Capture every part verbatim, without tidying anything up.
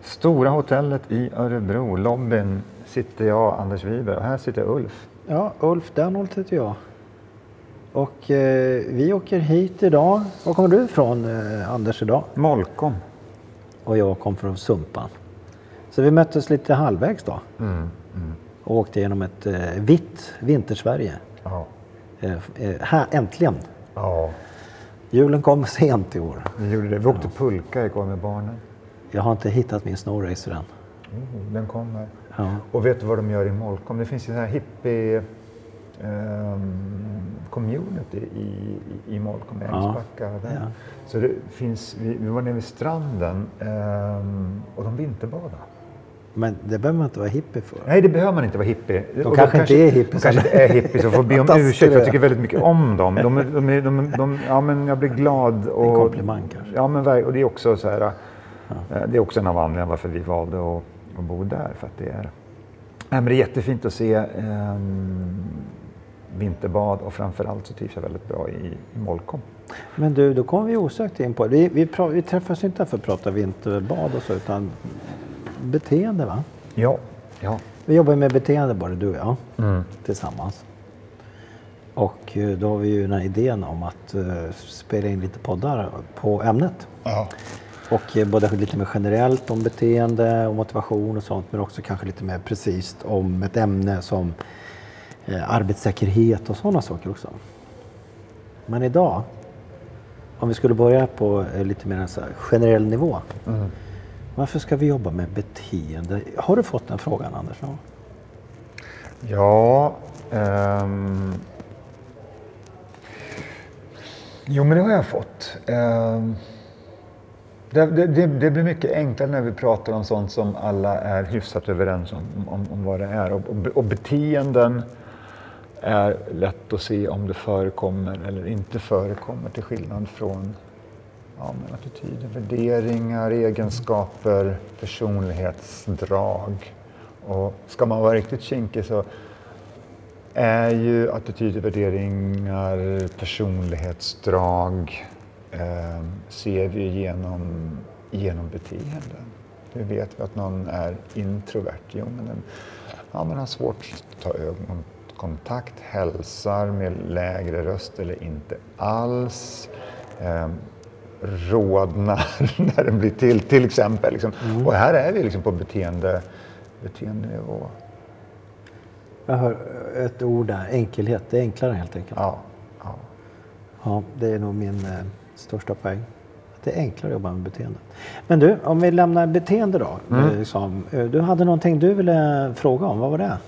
Stora hotellet i Örebro, lobbyn, sitter jag, Anders Wiberg, och här sitter Ulf. Ja, Ulf Dernholt heter jag. Och eh, vi åker hit idag. Var kommer du ifrån, eh, Anders, idag? Molkom. Och jag kom från Sumpan. Så vi möttes lite halvvägs då. Mm, mm. Och åkte genom ett eh, vitt vintersverige. Ja. Eh, eh, här, äntligen. Ja, Julen kom sent i år. vi gjorde det. Vi åkte pulka igår med barnen. Jag har inte hittat min snowracer än. Oh, den kommer. Ja. Och vet du vad de gör i Molkom? Det finns ju så här hippie um, community i, i, i Molkom, i Ängsbacka. Ja. Ja. Så det finns, vi, vi var nere vid stranden um, och de vinterbadade. Men det behöver man inte vara hippie för. Nej, det behöver man inte vara hippie. De och kanske de inte är hippies. De kanske inte är hippies och får be om Taskigt. ursäkt. Jag tycker väldigt mycket om dem. De, de, de, de, de, ja, men jag blir glad. Och, En komplimang kanske. Ja, men och det är också så här, ja. Det är också en av anledningarna varför vi valde att, att bo där. För att det är, ja, men det är jättefint att se eh, vinterbad och framförallt så trivs jag väldigt bra i, i Molkom. Men du, då kommer vi osökt in på det. Vi, vi, pra, vi träffas inte för att prata vinterbad och så, utan beteende, va? Ja, ja. Vi jobbar med beteende, bara du och jag, Mm. tillsammans. Och eh, då har vi ju den här idén om att uh, spela in lite poddar på ämnet. Ja. Och eh, både lite mer generellt om beteende och motivation och sånt, men också kanske lite mer precis om ett ämne som eh, arbetssäkerhet och sådana saker också. Men idag, om vi skulle börja på eh, lite mer så här generell nivå. Mm. Varför ska vi jobba med beteende? Har du fått den frågan, Anders? Ja, ehm... jo men det har jag fått. Ehm... Det, det, det, det blir mycket enklare när vi pratar om sånt som alla är hyfsat överens om, om, om vad det är. Och, och, och beteenden är lätt att se om det förekommer eller inte förekommer, till skillnad från ja, men attityder, värderingar, egenskaper, personlighetsdrag. Och ska man vara riktigt kinkig så är ju attityder, värderingar, personlighetsdrag eh, ser vi genom, genom beteenden. Hur vet vi att någon är introvert? Jo, men den ja, men har svårt att ta ögonkontakt, hälsar med lägre röst eller inte alls. Eh, rodnar när den blir till, till exempel. Liksom. Mm. Och här är vi liksom på beteende, beteendenivå. Jag hör ett ord där, enkelhet. Det är enklare helt enkelt. Ja, ja. Ja, det är nog min eh, största poäng. Att det är enklare att jobba med beteende. Men du, om vi lämnar beteende då. Mm. Eh, liksom, du hade någonting du ville fråga om. Vad var det?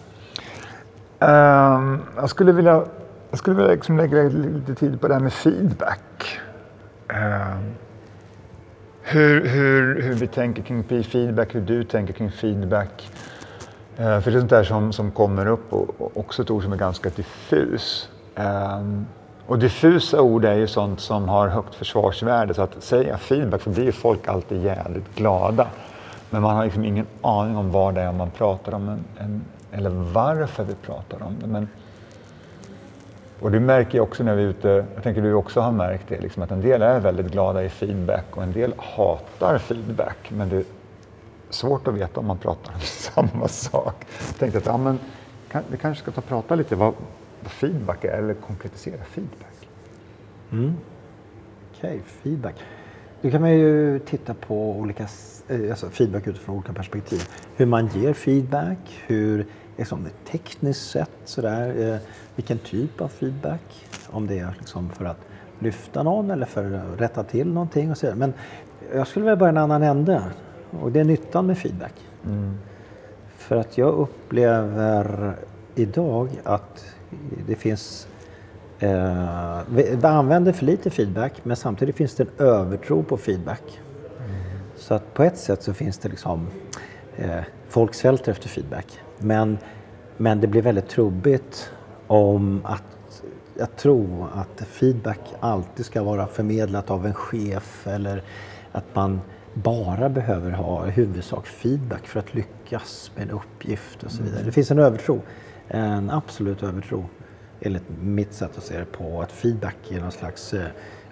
Um, jag skulle vilja, jag skulle vilja liksom lägga lite tid på det här med feedback. Um, hur, hur, hur vi tänker kring feedback, hur du tänker kring feedback. Uh, för det är sånt där som, som kommer upp och, och också ett ord som är ganska diffus. Um, och diffusa ord är ju sånt som har högt försvarsvärde, så att säga feedback så blir ju folk alltid jävligt glada. Men man har liksom ingen aning om vad det är man pratar om en, en, eller varför vi pratar om det. Men, och det märker jag också när vi är ute, jag tänker du också har märkt det, liksom att en del är väldigt glada i feedback och en del hatar feedback. Men det är svårt att veta om man pratar om samma sak. Jag tänkte att ja, men, kan, vi kanske ska ta och prata lite vad, vad feedback är, eller konkretisera feedback. Mm. Okej, okay, feedback. Nu kan man ju titta på olika, alltså feedback utifrån olika perspektiv. Hur man ger feedback, hur liksom, tekniskt sett sådär, eh, vilken typ av feedback. Om det är liksom för att lyfta någon eller för att rätta till någonting och så. Men jag skulle vilja börja en annan ände. Och det är nyttan med feedback. Mm. För att jag upplever idag att det finns Eh, vi använder för lite feedback, men samtidigt finns det en övertro på feedback. Mm. Så att på ett sätt så finns det liksom eh, folk svälter efter feedback. Men, men det blir väldigt trubbigt om att, att tro att feedback alltid ska vara förmedlat av en chef, eller att man bara behöver ha i huvudsak feedback för att lyckas med en uppgift och så vidare. Mm. Det finns en övertro, en absolut övertro, enligt mitt sätt att se det, på att feedback är någon slags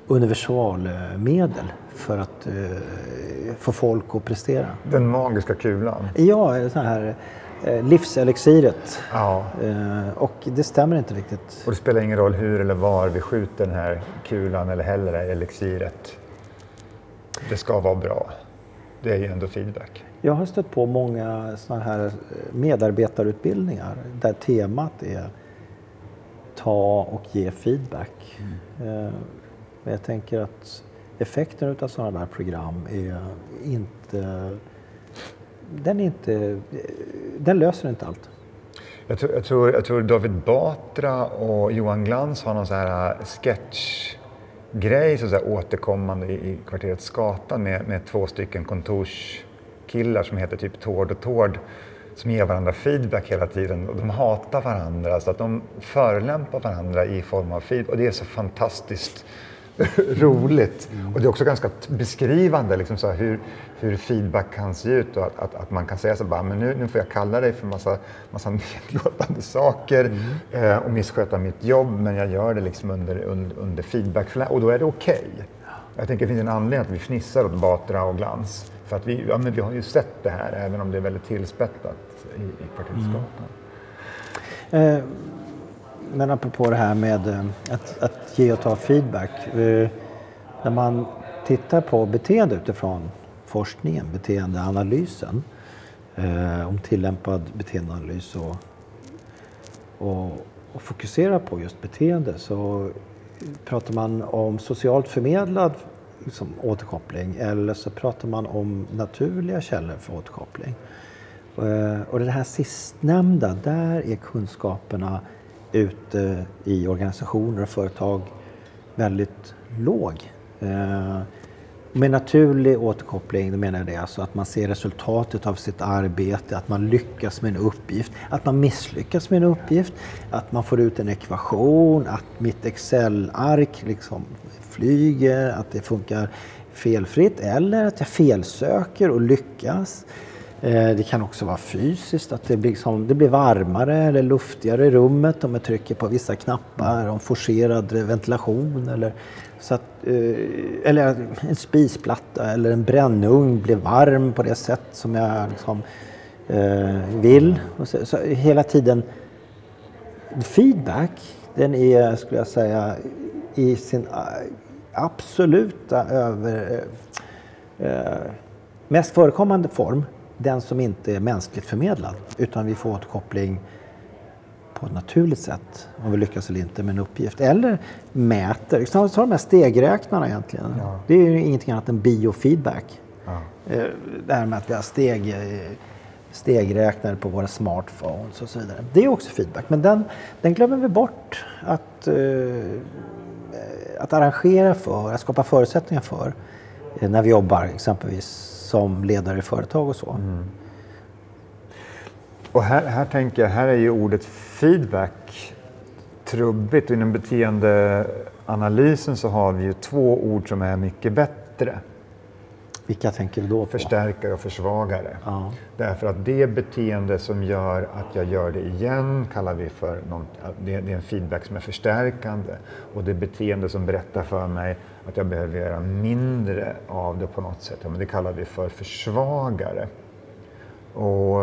universalmedel för att eh, få folk att prestera. Den magiska kulan. Ja, så här eh, livselixiret. Ja. Eh, och det stämmer inte riktigt. Och det spelar ingen roll hur eller var vi skjuter den här kulan eller heller elixiret. Det ska vara bra. Det är ju ändå feedback. Jag har stött på många såna här medarbetarutbildningar där temat är ta och ge feedback. Mm. Eh, men jag tänker att effekten av sådana där program är inte, den är inte, den löser inte allt. Jag tror, jag tror, jag tror David Batra och Johan Glans har någon sån här sketchgrej så där återkommande i, i kvarteret Skatan med, med två stycken kontorskillar som heter typ Tord och Tord som ger varandra feedback hela tiden och de hatar varandra så att de förolämpar varandra i form av feedback och det är så fantastiskt roligt. Mm. Och det är också ganska beskrivande liksom så här, hur, hur feedback kan se ut och att, att, att man kan säga så bara, men nu, nu får jag kalla dig för massa, massa nedlåtande saker mm. eh, och missköta mitt jobb, men jag gör det liksom under, under, under feedback och då är det okej. Okay. Jag tänker det finns en anledning att vi fnissar åt Batra och Glans för att vi, ja, men vi har ju sett det här även om det är väldigt tillspettat i, i kvarteret Skatan. Mm. Eh. Men apropå det här med att, att ge och ta feedback. Eh, när man tittar på beteende utifrån forskningen, beteendeanalysen, eh, om tillämpad beteendeanalys och, och, och fokuserar på just beteende så pratar man om socialt förmedlad liksom, återkoppling eller så pratar man om naturliga källor för återkoppling. Eh, och det här sistnämnda, där är kunskaperna ute i organisationer och företag väldigt låg. Eh, med naturlig återkoppling, då menar jag det alltså att man ser resultatet av sitt arbete, att man lyckas med en uppgift, att man misslyckas med en uppgift, att man får ut en ekvation, att mitt Excel-ark liksom flyger, att det funkar felfritt eller att jag felsöker och lyckas. Det kan också vara fysiskt, att det blir, liksom, det blir varmare eller luftigare i rummet om jag trycker på vissa knappar, om forcerad ventilation eller, så att, eller en spisplatta eller en brännugn blir varm på det sätt som jag liksom, vill. Och så, så hela tiden feedback, den är, skulle jag säga, i sin absoluta över, mest förekommande form. Den som inte är mänskligt förmedlad, utan vi får återkoppling på ett naturligt sätt om vi lyckas eller inte med en uppgift. Eller mäter, så de här stegräknarna egentligen. Ja. Det är ju ingenting annat än biofeedback. Ja. Det här med att vi har steg, stegräknare på våra smartphones och så vidare. Det är också feedback, men den, den glömmer vi bort att, att arrangera för, att skapa förutsättningar för när vi jobbar exempelvis som ledare i företag och så. Mm. Och här, här tänker jag, här är ju ordet feedback trubbigt. Inom beteendeanalysen så har vi ju två ord som är mycket bättre. Vilka tänker du då på? Förstärkare och försvagare. Ja. Därför att det beteende som gör att jag gör det igen kallar vi för någon, det är en feedback som är förstärkande. Och det beteende som berättar för mig att jag behöver göra mindre av det på något sätt, ja, men det kallar vi för försvagare. Och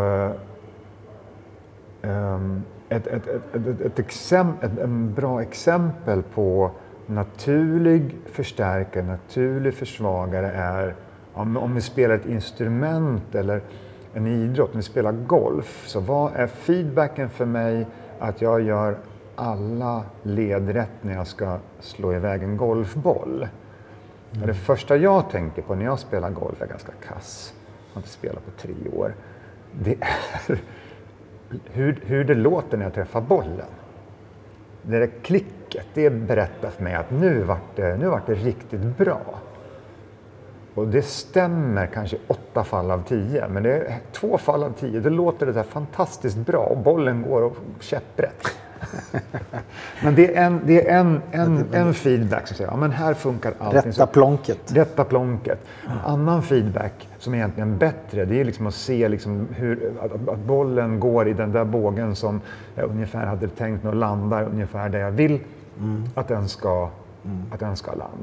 um, ett, ett, ett, ett, ett, exempel, ett en bra exempel på naturlig förstärkare, naturlig försvagare är om, om vi spelar ett instrument eller en idrott, om vi spelar golf, så vad är feedbacken för mig att jag gör alla led rätt när jag ska slå iväg en golfboll? Mm. Det första jag tänker på när jag spelar golf är ganska kass. Jag har inte spelat på tre år. Det är hur, hur det låter när jag träffar bollen. Det där klicket, det berättar för mig att nu vart det, nu vart det riktigt bra. Och det stämmer kanske åtta fall av tio, men det är två fall av tio. Det låter det där fantastiskt bra och bollen går och käpprätt. Men det är en, det är en, en, en feedback som säger, ja men här funkar allting. Rätta plonket. Rätta plonket. En annan feedback som är egentligen bättre, det är liksom att se liksom hur, att, att bollen går i den där bågen som jag ungefär hade tänkt mig att landa ungefär där jag vill mm. att, den ska, mm. att den ska landa.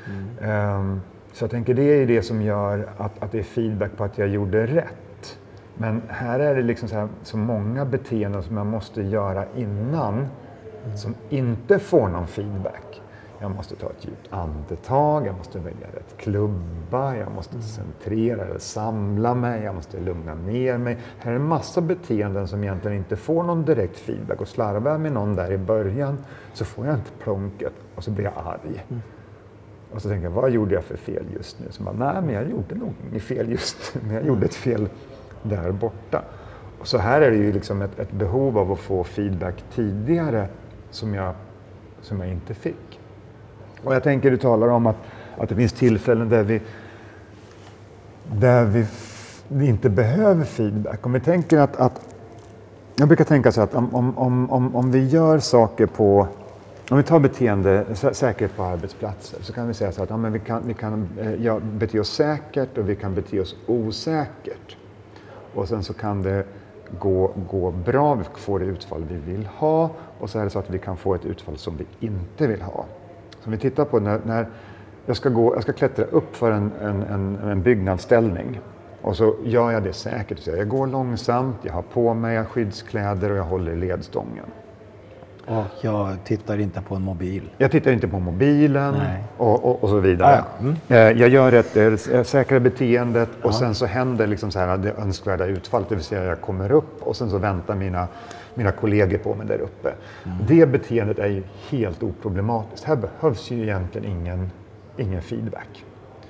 Mm. Um, så jag tänker det är det som gör att, att det är feedback på att jag gjorde rätt. Men här är det liksom så, här, så många beteenden som jag måste göra innan mm. som inte får någon feedback. Jag måste ta ett djupt andetag, jag måste välja rätt klubba, jag måste mm. centrera eller samla mig, jag måste lugna ner mig. Här är en massa beteenden som egentligen inte får någon direkt feedback. Och slarvar jag med någon där i början så får jag inte plonket och så blir jag arg. Mm. Och så tänker jag, vad gjorde jag för fel just nu? Så bara, nej men jag gjorde nog inget fel just nu, men jag gjorde ett fel där borta. Och så här är det ju liksom ett, ett behov av att få feedback tidigare som jag, som jag inte fick. Och jag tänker, du talar om att, att det finns tillfällen där vi, där vi, f- vi inte behöver feedback. Om vi tänker att, att jag brukar tänka så att om, om, om, om vi gör saker på, om vi tar beteende, säkerhet på arbetsplatser, så kan vi säga så att ja, men vi kan, vi kan ja, bete oss säkert och vi kan bete oss osäkert. Och sen så kan det gå, gå bra, vi får det utfall vi vill ha, och så är det så att vi kan få ett utfall som vi inte vill ha. Så om vi tittar på när, när jag, ska gå, jag ska klättra upp för en, en, en, en byggnadsställning, och så gör jag det säkert. Så jag går långsamt, jag har på mig skyddskläder och jag håller i ledstången. Och jag tittar inte på en mobil. Jag tittar inte på mobilen och, och, och så vidare. Ah, ja. mm. Jag gör ett, ett säkra beteendet och Ja. sen så händer liksom så här det önskvärda utfallet. Det vill säga jag kommer upp och sen så väntar mina, mina kollegor på mig där uppe. Mm. Det beteendet är ju helt oproblematiskt. Här behövs ju egentligen ingen, ingen feedback.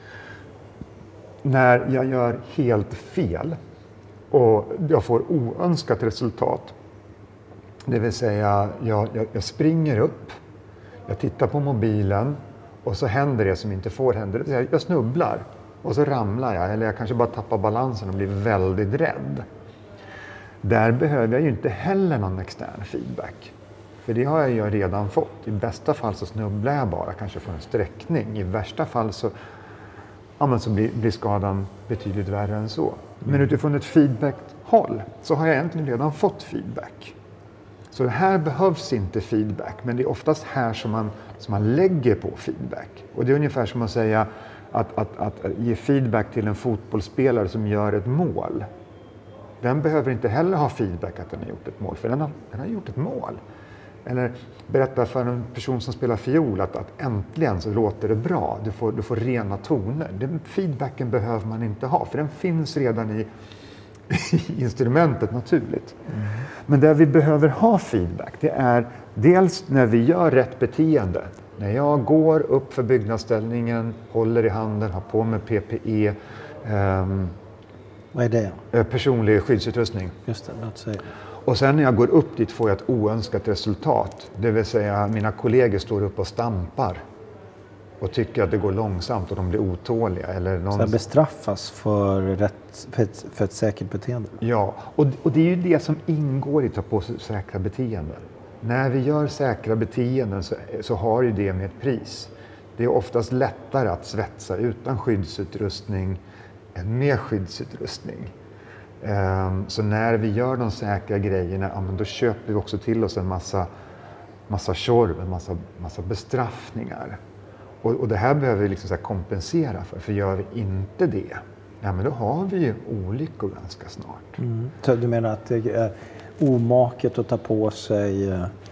När jag gör helt fel och jag får oönskat resultat, det vill säga jag, jag, jag springer upp, jag tittar på mobilen och så händer det som inte får hända. Det vill säga jag snubblar och så ramlar jag, eller jag kanske bara tappar balansen och blir väldigt rädd. Där behöver jag ju inte heller någon extern feedback. För det har jag ju redan fått. I bästa fall så snubblar jag bara, kanske får en sträckning. I värsta fall så, ja, men så blir, blir skadan betydligt värre än så. Men utifrån ett feedback-håll så har jag egentligen redan fått feedback. Så här behövs inte feedback, men det är oftast här som man, som man lägger på feedback. Och det är ungefär som att säga att, att, att ge feedback till en fotbollsspelare som gör ett mål. Den behöver inte heller ha feedback att den har gjort ett mål, för den har, den har gjort ett mål. Eller berätta för en person som spelar fiol att, att äntligen så låter det bra, du får, du får rena toner. Den feedbacken behöver man inte ha, för den finns redan i instrumentet naturligt. Mm. Men där vi behöver ha feedback, det är dels när vi gör rätt beteende. När jag går upp för byggnadsställningen, håller i handen, har på mig P P E. Um, Vad är det? Personlig skyddsutrustning. Just det, låt säga. Och sen när jag går upp dit får jag ett oönskat resultat. Det vill säga mina kollegor står upp och stampar. Och tycker att det går långsamt och de blir otåliga. Eller någon... Så jag bestraffas för, rätt, för, ett, för ett säkert beteende? Ja, och, och det är ju det som ingår i att ta på sig säkra beteenden. När vi gör säkra beteenden så, så har ju det med ett pris. Det är oftast lättare att svetsa utan skyddsutrustning än med skyddsutrustning. Um, så när vi gör de säkra grejerna, ja, men då köper vi också till oss en massa, massa tjorv, en massa, massa bestraffningar. Och, och det här behöver vi liksom så här kompensera för, för gör vi inte det, ja, men då har vi ju olyckor ganska snart. Mm. Så du menar att det är omaket att ta på sig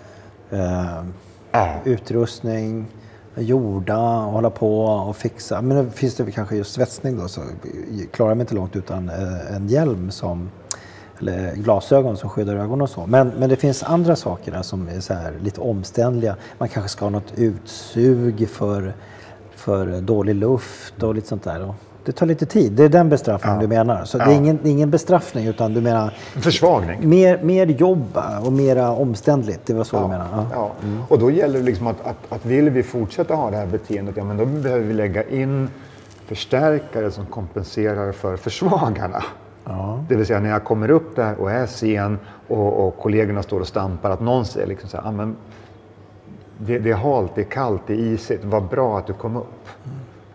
eh, äh. utrustning, jorda och hålla på och fixa. Men det finns det kanske just svetsning då, så klarar man inte långt utan eh, en hjälm som, eller glasögon som skyddar ögonen och så. Men, men det finns andra saker där som är så här lite omständliga. Man kanske ska ha något utsug för, för dålig luft och lite sånt där. Och det tar lite tid. Det är den bestraffningen ja. du menar. Så ja. det är ingen, ingen bestraffning utan du menar... Försvagning. Mer, mer jobb och mera omständligt. Det var så ja. du menar. Ja. Ja. Mm. Och då gäller det liksom att, att, att vill vi fortsätta ha det här beteendet, ja, men då behöver vi lägga in förstärkare som kompenserar för försvagarna. Ja. Det vill säga när jag kommer upp där och är sen och, och kollegorna står och stampar, att någon säger liksom så här, ah, men det, det är halt, det är kallt, det är isigt, vad bra att du kom upp. Mm.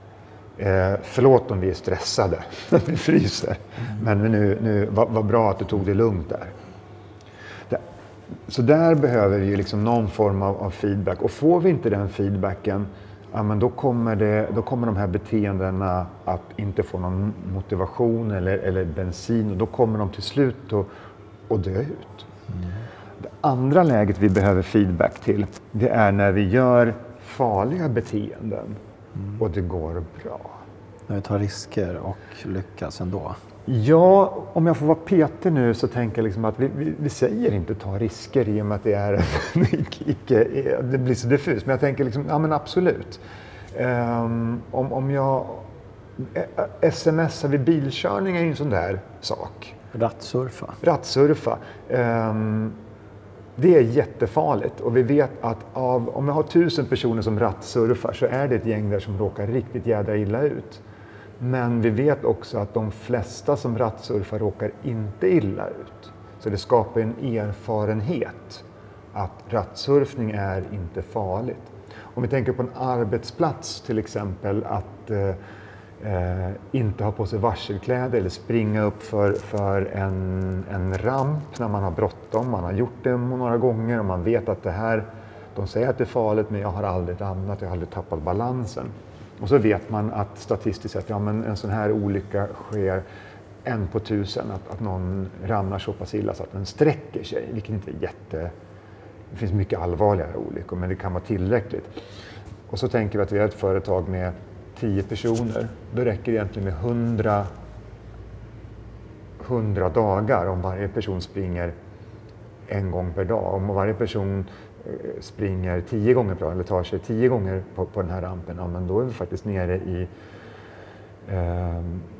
Eh, förlåt om vi är stressade, att vi fryser, mm. men nu, nu vad, vad bra att du tog det lugnt där. där. Så där behöver vi ju liksom någon form av, av feedback, och får vi inte den feedbacken, ja, men då, kommer det, då kommer de här beteendena att inte få någon motivation eller, eller bensin och då kommer de till slut att, att dö ut. Mm. Det andra läget vi behöver feedback till, det är när vi gör farliga beteenden mm. och det går bra. När vi tar risker och lyckas ändå. Ja, om jag får vara petig nu så tänker jag liksom att vi, vi, vi säger inte ta risker i och med att det är icke, det blir så diffust. Men jag tänker liksom, ja men absolut. Um, om, om jag smsar vid bilkörning är ju en sån där sak. Rattsurfa. Rattsurfa. Um, det är jättefarligt och vi vet att av, om vi har tusen personer som rattsurfar så är det ett gäng där som råkar riktigt jädra illa ut. Men vi vet också att de flesta som rattsurfar råkar inte illa ut. Så det skapar en erfarenhet att rattsurfning är inte farligt. Om vi tänker på en arbetsplats till exempel att eh, inte ha på sig varselkläder eller springa upp för, för en, en ramp när man har bråttom. Man har gjort det några gånger och man vet att det här, de säger att det är farligt men jag har aldrig ramlat, jag har aldrig tappat balansen. Och så vet man att statistiskt sett, ja men en sån här olycka sker en på tusen, att, att någon ramlar så pass illa så att den sträcker sig, vilket inte är jätte... Det finns mycket allvarligare olyckor, men det kan vara tillräckligt. Och så tänker vi att vi har ett företag med tio personer. Då räcker det egentligen med hundra, hundra dagar om varje person springer en gång per dag. Om varje person springer tio gånger per dag eller tar sig tio gånger på, på den här rampen, ja, men då är vi faktiskt nere i... Eh,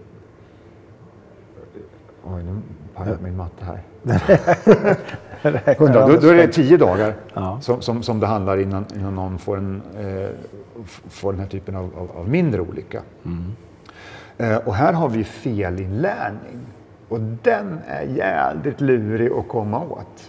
oj, nu har jag min matte här. hundra, då, då är det tio dagar ja. som, som, som det handlar innan, innan någon får, en, eh, får den här typen av, av, av mindre olycka. Mm. Eh, och här har vi felinlärning. Och den är jävligt lurig att komma åt.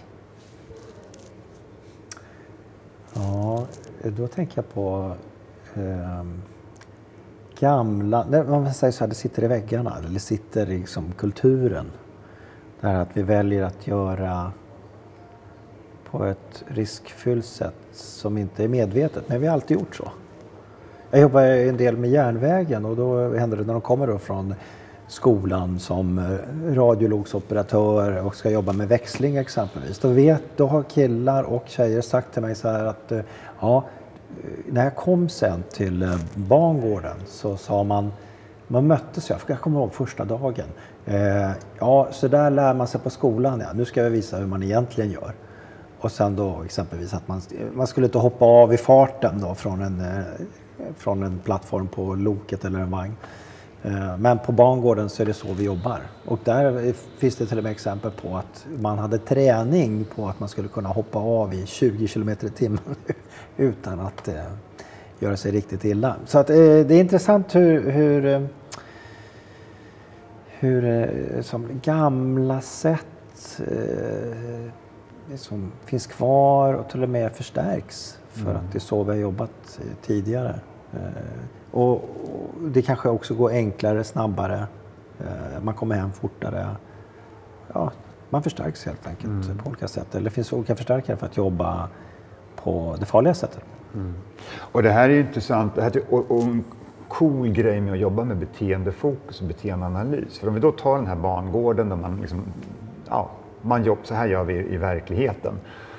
Ja, då tänker jag på eh, gamla, man säger så här, det sitter i väggarna, eller sitter i liksom kulturen. Där att vi väljer att göra på ett riskfyllt sätt som inte är medvetet, men vi har alltid gjort så. Jag jobbar en del med järnvägen och då händer det när de kommer då från skolan som radiologsoperatör och ska jobba med växling exempelvis. Då, vet, då har killar och tjejer sagt till mig så här att ja, när jag kom sen till bangården så sa man, man möttes, jag, jag kommer ihåg första dagen. Eh, ja, så där lär man sig på skolan, ja. Nu ska jag visa hur man egentligen gör. Och sen då exempelvis att man, man skulle inte hoppa av i farten då från en, från en plattform på loket eller en vagn. Men på bangården så är det så vi jobbar. Och där finns det till och med exempel på att man hade träning på att man skulle kunna hoppa av i tjugo kilometer i timmen utan att eh, göra sig riktigt illa. Så att, eh, det är intressant hur, hur, hur eh, som gamla sätt eh, som finns kvar och till och med förstärks för mm. att det är så vi har jobbat tidigare. Eh, Och, och det kanske också går enklare, snabbare. Eh, man kommer hem fortare. Ja, man förstärks helt enkelt mm. på olika sätt. Eller det finns olika förstärkare för att jobba på det farliga sättet. Mm. Och det här är intressant. Det här är, och, och en cool grej med att jobba med beteendefokus och beteendeanalys. För om vi då tar den här bangården där man liksom, ja, man jobbar, så här gör vi i verkligheten.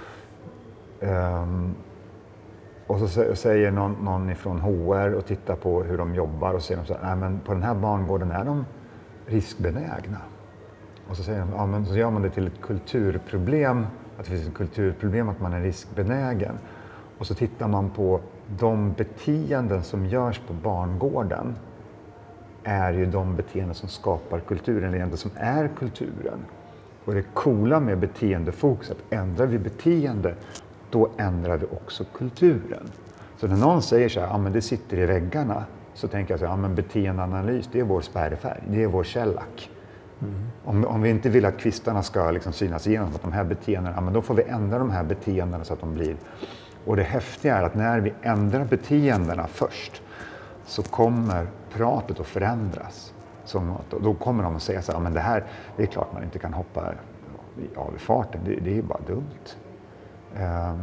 Um, Och så säger någon, någon ifrån H R och tittar på hur de jobbar och säger de så här, nej men på den här barngården är de riskbenägna. Och så säger de, ja men så gör man det till ett kulturproblem, att det finns ett kulturproblem att man är riskbenägen. Och så tittar man på de beteenden som görs på barngården är ju de beteenden som skapar kulturen, eller egentligen som är kulturen. Och det coola med beteendefokus, att ändrar vi beteende, då ändrar vi också kulturen. Så när någon säger så här, ja men det sitter i väggarna, så tänker jag så här, ja men beteendeanalys, det är vår spärrfärg, det är vår källack. Mm. Om, om vi inte vill att kvistarna ska liksom synas igenom, att de här beteendena, ja men då får vi ändra de här beteendena så att de blir. Och det häftiga är att när vi ändrar beteendena först, så kommer pratet att förändras. Som, då kommer de att säga så här, ja men det här, det är klart man inte kan hoppa av i farten, det, det är bara dumt.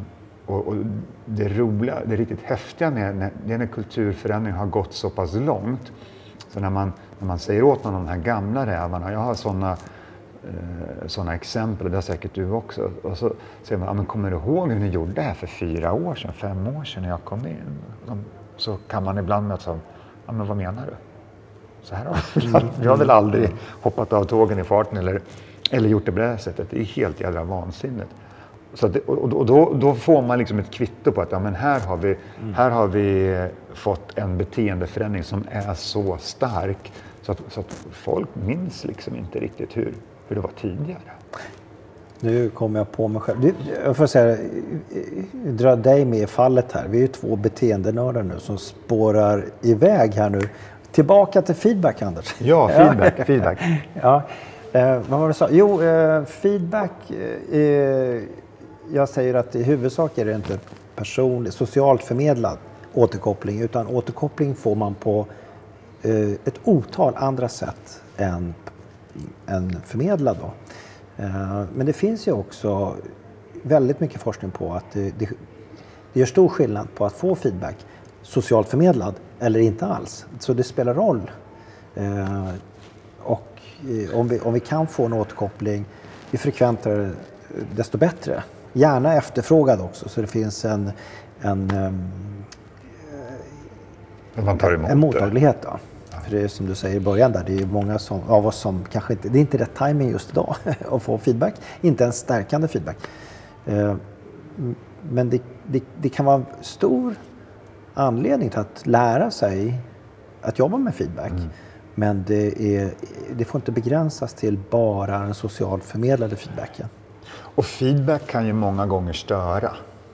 och, och det roliga, det riktigt häftiga med när, det är när kulturförändringen har gått så pass långt. Så när man, när man säger åt någon av de här gamla rävarna, jag har sådana eh, såna exempel, och det har säkert du också. Och så säger man, ja, men kommer du ihåg hur ni gjorde det här för fyra år sedan, fem år sedan när jag kom in? Så kan man ibland möta som, ja men vad menar du? Så här har vi, mm. vi har väl aldrig hoppat av tågen i farten eller, eller gjort det på det här sättet. Det är helt jävla vansinnigt. Så det, och och då, då får man liksom ett kvitto på att ja, men här, har vi, mm. här har vi fått en beteendeförändring som är så stark så att, så att folk minns liksom inte riktigt hur, hur det var tidigare. Nu kommer jag på mig själv. Du, jag får säga, dra dig med i fallet här. Vi är ju två beteendenördar nu som spårar iväg här nu. Tillbaka till feedback, Anders. Ja, feedback. Ja. feedback. Ja. Eh, vad var det så? Jo, eh, feedback. Eh, jag säger att i huvudsak är det inte personlig, socialt förmedlad återkoppling, utan återkoppling får man på eh, ett otal andra sätt än, än förmedlad då. Eh, men det finns ju också väldigt mycket forskning på att det, det, det gör stor skillnad på att få feedback socialt förmedlad eller inte alls. Så det spelar roll. Eh, och eh, om, vi, om vi kan få en återkoppling ju frekventare desto bättre. Gärna efterfrågad också, så det finns en, en, um, man tar emot en mottaglighet. Då. Ja. För det är som du säger i början, där, det är många som, av oss som kanske inte, det är inte rätt timing just idag att få feedback, inte en stärkande feedback. Uh, men det, det, det kan vara en stor anledning till att lära sig att jobba med feedback. Mm. Men det, är, det får inte begränsas till bara den socialt förmedlade feedbacken. Och feedback kan ju många gånger störa.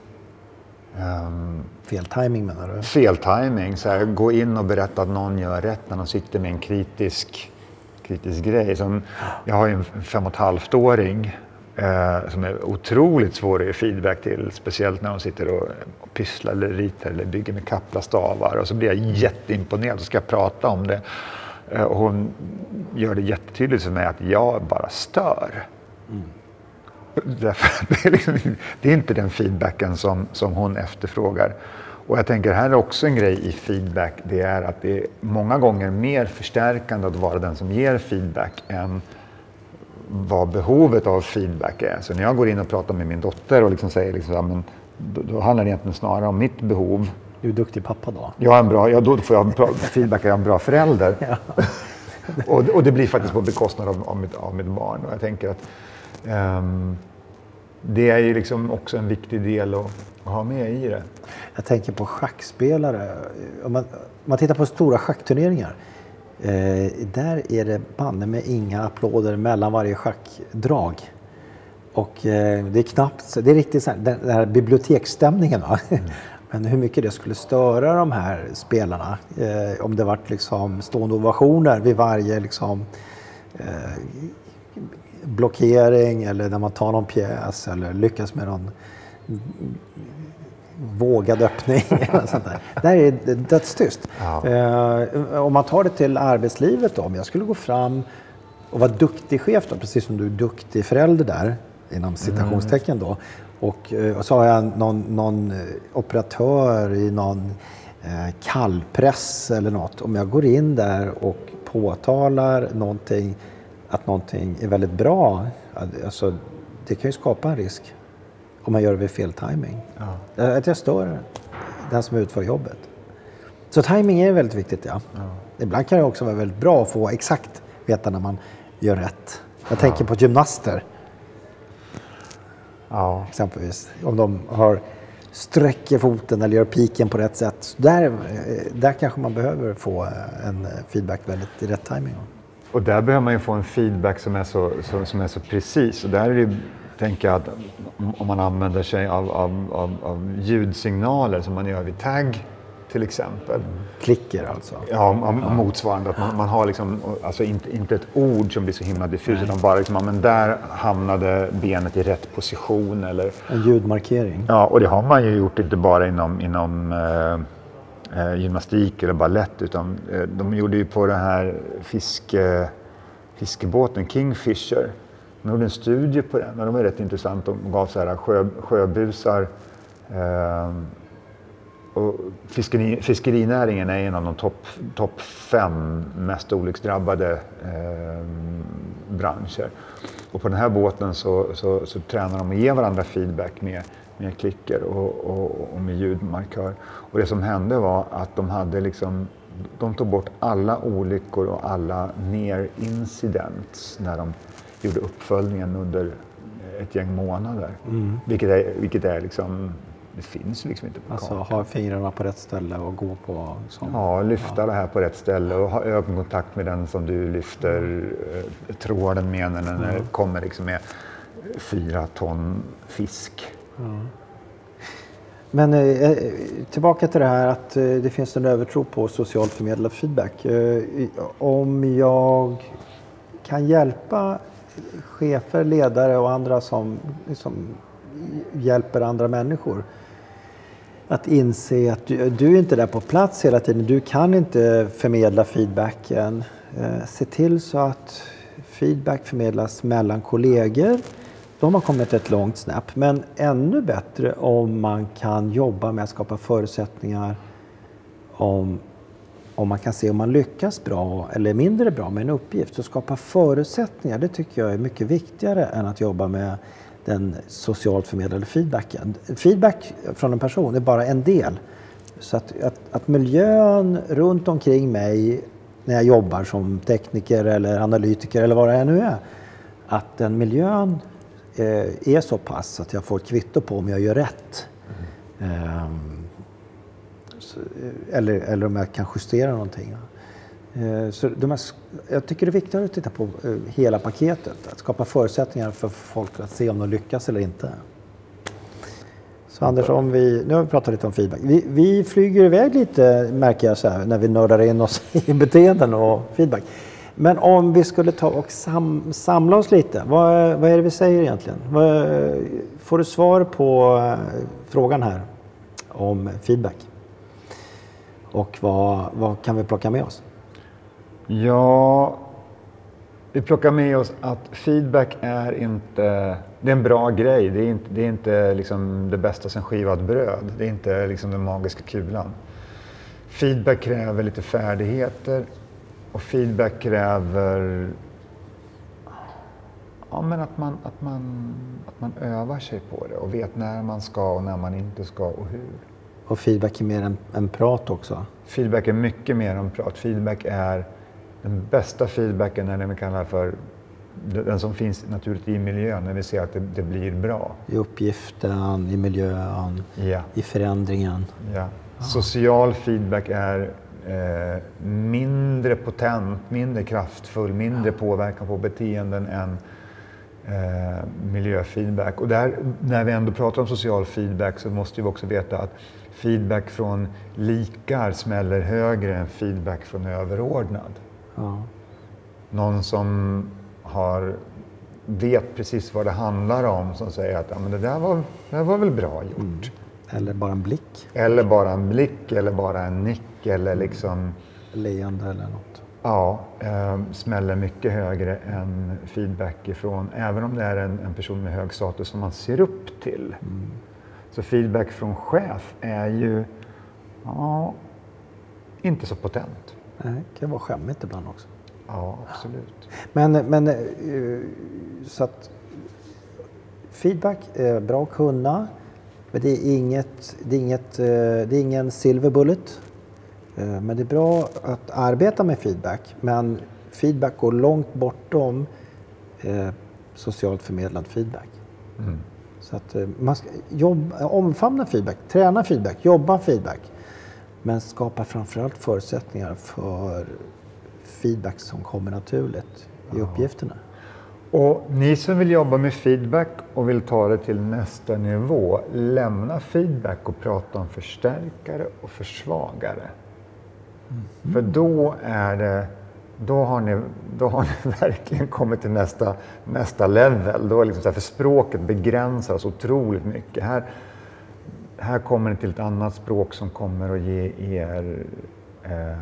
Um, fel timing menar du? Fel timing. Så här, gå in och berätta att någon gör rätt när de sitter med en kritisk, kritisk grej. Som, jag har ju en fem och ett halvt åring eh, som är otroligt svår att ge feedback till. Speciellt när de sitter och, och pysslar eller ritar eller bygger med kaplastavar. Och så blir jag jätteimponerad och ska prata om det. Eh, och hon gör det jättetydligt för mig att jag bara stör. Mm. Därför, det, är liksom, det är inte den feedbacken som, som hon efterfrågar. Och jag tänker här är också en grej i feedback. Det är att det är många gånger mer förstärkande att vara den som ger feedback än vad behovet av feedback är. Så när jag går in och pratar med min dotter och liksom säger liksom, ja, men, då, då handlar det egentligen snarare om mitt behov. Du är duktig pappa då? Jag är en bra, ja, då får jag bra feedback, jag är en bra förälder. Ja. och, och det blir faktiskt på bekostnad av, av, mitt, av mitt barn. Och jag tänker att Um, det är ju liksom också en viktig del att, att ha med i det. Jag tänker på schackspelare. Om man, om man tittar på stora schackturneringar. Eh, där är det banne med inga applåder mellan varje schackdrag. Och eh, det är knappt, det är riktigt så här, den, den här biblioteksstämningen. Va? Mm. Men hur mycket det skulle störa de här spelarna. Eh, om det varit liksom stående ovationer vid varje liksom eh, blockering eller när man tar någon pjäs eller lyckas med någon vågad öppning eller sånt där. Där är det dödstyst. Ja. Eh, om man tar det till arbetslivet då, om jag skulle gå fram och vara duktig chef då, precis som du är duktig förälder där inom citationstecken då, och, och så har jag någon, någon operatör i någon eh, kallpress eller något. Om jag går in där och påtalar någonting, att någonting är väldigt bra, alltså, det kan ju skapa en risk om man gör det vid fel timing. Ja. Att jag stör den som utför jobbet. Så timing är väldigt viktigt, ja. ja. Ibland kan det också vara väldigt bra att få exakt veta när man gör rätt. Jag ja. tänker på gymnaster. Ja. Exempelvis. Om de har sträcker foten eller gör piken på rätt sätt. Där, där kanske man behöver få en feedback väldigt i rätt timing. Och där behöver man ju få en feedback som är så, så, som är så precis. Och där är det, tänker jag, att om man använder sig av, av, av, av ljudsignaler som man gör vid tagg till exempel. Klicker alltså? Ja, motsvarande. Att man, man har liksom, alltså inte, inte ett ord som blir så himla diffus, utan bara liksom, men där hamnade benet i rätt position. Eller, en ljudmarkering? Ja, och det har man ju gjort inte bara inom, inom eh, gymnastik eller ballett, utan eh, de gjorde ju på den här fiske, fiskebåten Kingfisher. De gjorde en studie på den och de var rätt intressant. De gav så här sjö, sjöbusar Ehm, och fiskeri, fiskerinäringen är en av de topp top fem mest olycksdrabbade eh, branscher. Och på den här båten så, så, så tränar de att ge varandra feedback med, med klicker och, och, och med ljudmarkör. Och det som hände var att de hade liksom, de tog bort alla olyckor och alla near incidents när de gjorde uppföljningen under ett gäng månader. Mm. Vilket är, vilket är liksom, det finns liksom inte på alltså kartan. Ha fingrarna på rätt ställe och gå på sånt. Ja, lyfta ja. det här på rätt ställe och ha ögonkontakt med den som du lyfter mm. tråden med när den mm. kommer liksom med fyra ton fisk. Mm. Men eh, tillbaka till det här att eh, det finns en övertro på socialt förmedlad feedback. Eh, om jag kan hjälpa chefer, ledare och andra som liksom hjälper andra människor att inse att du, du är inte där på plats hela tiden. Du kan inte förmedla feedbacken. Eh, se till så att feedback förmedlas mellan kollegor. De har kommit ett långt snäpp, men ännu bättre om man kan jobba med att skapa förutsättningar om, om man kan se om man lyckas bra eller mindre bra med en uppgift. Så skapa förutsättningar, det tycker jag är mycket viktigare än att jobba med den socialt förmedlade feedbacken. Feedback från en person är bara en del. Så att, att, att miljön runt omkring mig när jag jobbar som tekniker eller analytiker eller vad det nu är, att den miljön är så pass att jag får kvitto på om jag gör rätt. Mm. Um, så, eller, eller om jag kan justera någonting. Uh, så de här, jag tycker det är viktigt att titta på uh, hela paketet. Att skapa förutsättningar för folk att se om de lyckas eller inte. Så Anders, om vi, nu har vi pratat lite om feedback. Vi, vi flyger iväg lite, märker jag så här, när vi nördar in oss i beteenden och feedback. Men om vi skulle ta och sam, samla oss lite, vad, vad är det vi säger egentligen? Vad, får du svar på frågan här om feedback? Och vad, vad kan vi plocka med oss? Ja, vi plockar med oss att feedback är inte, det är en bra grej. Det är inte, det är inte liksom det bästa som skivat bröd. Det är inte liksom den magiska kulan. Feedback kräver lite färdigheter. Och feedback kräver ja, men att, man, att, man, att man övar sig på det och vet när man ska och när man inte ska och hur. Och feedback är mer än, än prat också? Feedback är mycket mer än prat. Feedback är den bästa feedbacken, är den vi kallar för den som finns naturligt i miljön, när vi ser att det, det blir bra. I uppgiften, i miljön, ja. I förändringen. Ja. Ah. Social feedback är Eh, mindre potent, mindre kraftfull, mindre påverkan på beteenden än eh, miljöfeedback. Och där, när vi ändå pratar om social feedback så måste vi också veta att feedback från likar smäller högre än feedback från överordnad. Ja. Någon som har, vet precis vad det handlar om, som säger att ja, men det där var, det där var väl bra gjort. Mm. Eller bara en blick. Eller bara en blick, eller bara en nick, eller liksom... leende eller något. Ja, eh, smäller mycket högre än feedback ifrån, även om det är en, en person med hög status som man ser upp till. Mm. Så feedback från chef är ju, ja, inte så potent. Nej, det kan vara skämmigt ibland också. Ja, absolut. Men, men så att feedback är bra att kunna. Men det är, inget, det, är inget, det är ingen silver bullet. Men det är bra att arbeta med feedback. Men feedback går långt bortom eh, socialt förmedlad feedback. Mm. Så att eh, man ska jobba, omfamna feedback, träna feedback, jobba feedback. Men skapa framförallt förutsättningar för feedback som kommer naturligt i ja. uppgifterna. Och ni som vill jobba med feedback och vill ta det till nästa nivå, lämna feedback och prata om förstärkare och försvagare. Mm. För då är det, då har ni, då har ni verkligen kommit till nästa, nästa level. Då är liksom så här, för språket begränsas otroligt mycket. Här, här kommer ni till ett annat språk som kommer att ge er eh,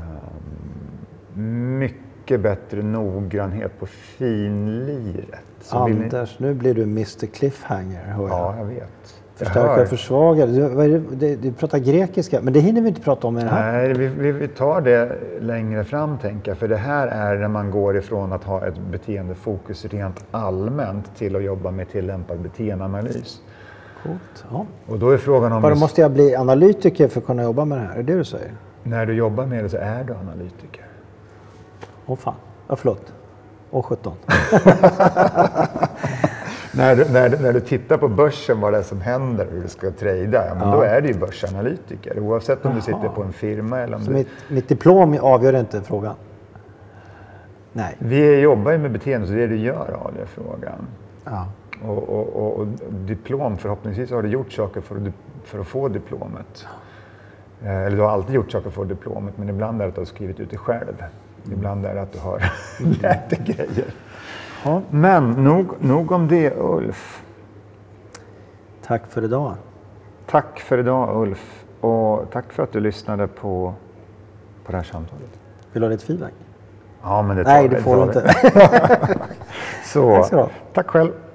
mycket bättre noggrannhet på finliret. Så Anders, ni... nu blir du mister Cliffhanger. Hör jag. Ja, jag vet. Förstärka och försvaga. Du, vad är det, du, du pratar grekiska, men det hinner vi inte prata om i det här. Nej, vi, vi, vi tar det längre fram tänker jag. För det här är när man går ifrån att ha ett beteendefokus rent allmänt till att jobba med tillämpad beteendeanalys. Coolt, ja. Och då är frågan om... Bara måste jag bli analytiker för att kunna jobba med det här? Är det det du säger? När du jobbar med det så är du analytiker. Åh fan, ja förlåt. Åh sjutton. när, du, när, du, när du tittar på börsen, vad det är som händer, hur du ska trada, ja, men ja. Då är du ju börsanalytiker. Oavsett om Aha. du sitter på en firma eller om så du... mitt, mitt diplom avgör inte frågan? Nej. Vi jobbar ju med beteende, så det du gör avgör frågan. Ja. Och, och, och, och diplom, förhoppningsvis har du gjort saker för, för att få diplomet. Eller du har alltid gjort saker för diplomet, men ibland är det att du har skrivit ut det själv. Mm. Ibland är det att du har lärt dig grejer. Ja. Men nog, nog om det, Ulf. Tack för idag. Tack för idag, Ulf. Och tack för att du lyssnade på, på det här samtalet. Vill du ha lite feedback? Ja, men det tar Nej, det får du inte. Så, tack, tack själv.